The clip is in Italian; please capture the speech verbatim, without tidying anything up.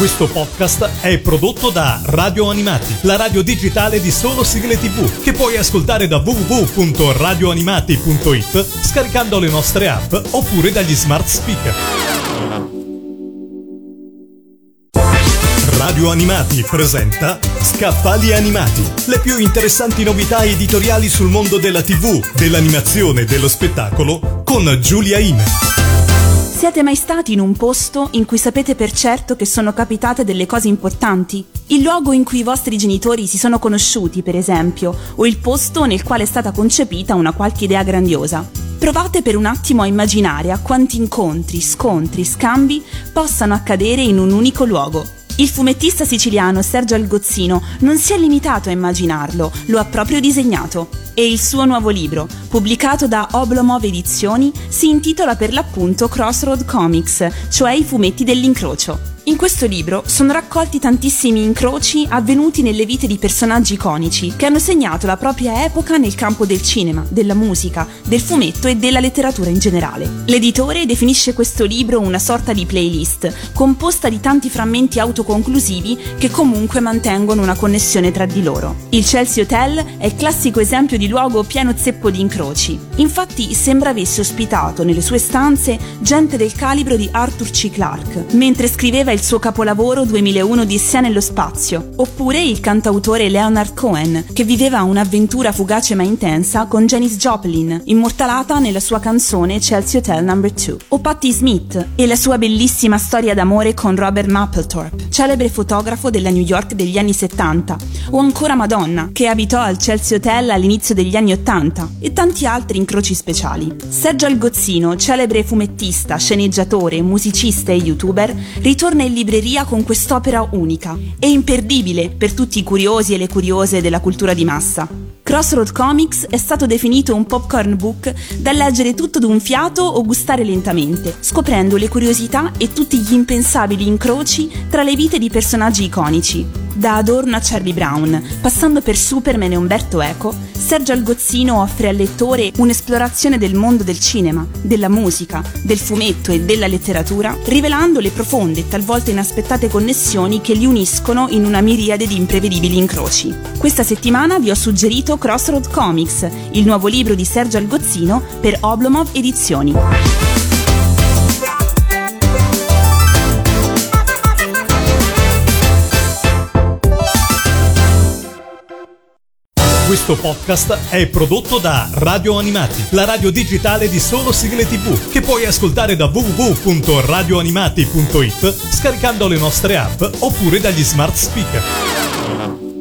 Questo podcast è prodotto da Radio Animati, la radio digitale di solo sigle tivù, che puoi ascoltare da w w w punto radio animati punto i t scaricando le nostre app oppure dagli smart speaker. Radio Animati presenta Scaffali Animati, le più interessanti novità editoriali sul mondo della tivù, dell'animazione e dello spettacolo con Giulia Ime. Siete mai stati in un posto in cui sapete per certo che sono capitate delle cose importanti? Il luogo in cui i vostri genitori si sono conosciuti, per esempio, o il posto nel quale è stata concepita una qualche idea grandiosa. Provate per un attimo a immaginare a quanti incontri, scontri, scambi possano accadere in un unico luogo. Il fumettista siciliano Sergio Algozzino non si è limitato a immaginarlo, lo ha proprio disegnato. E il suo nuovo libro, pubblicato da Oblomov Edizioni, si intitola per l'appunto Crossroad Comics, cioè i fumetti dell'incrocio. In questo libro sono raccolti tantissimi incroci avvenuti nelle vite di personaggi iconici che hanno segnato la propria epoca nel campo del cinema, della musica, del fumetto e della letteratura in generale. L'editore definisce questo libro una sorta di playlist, composta di tanti frammenti autoconclusivi che comunque mantengono una connessione tra di loro. Il Chelsea Hotel è il classico esempio di luogo pieno zeppo di incroci. Infatti sembra avesse ospitato nelle sue stanze gente del calibro di Arthur C. Clarke, mentre scriveva il suo capolavoro duemilauno Odissea nello spazio, oppure il cantautore Leonard Cohen, che viveva un'avventura fugace ma intensa con Janis Joplin, immortalata nella sua canzone Chelsea Hotel number two, o Patti Smith e la sua bellissima storia d'amore con Robert Mapplethorpe, celebre fotografo della New York degli anni settanta, o ancora Madonna, che abitò al Chelsea Hotel all'inizio degli anni ottanta, e tanti altri incroci speciali. Sergio Algozzino, celebre fumettista, sceneggiatore, musicista e youtuber, ritorna in libreria con quest'opera unica e imperdibile per tutti i curiosi e le curiose della cultura di massa. Crossroad Comics è stato definito un popcorn book da leggere tutto d'un fiato o gustare lentamente, scoprendo le curiosità e tutti gli impensabili incroci tra le vite di personaggi iconici. Da Adorno a Charlie Brown, passando per Superman e Umberto Eco, Sergio Algozzino offre al lettore un'esplorazione del mondo del cinema, della musica, del fumetto e della letteratura, rivelando le profonde e talvolta inaspettate connessioni che li uniscono in una miriade di imprevedibili incroci. Questa settimana vi ho suggerito Crossroad Comics, il nuovo libro di Sergio Algozzino per Oblomov Edizioni. Questo podcast è prodotto da Radio Animati, la radio digitale di solo sigle tivù, che puoi ascoltare da w w w punto radio animati punto i t scaricando le nostre app oppure dagli smart speaker.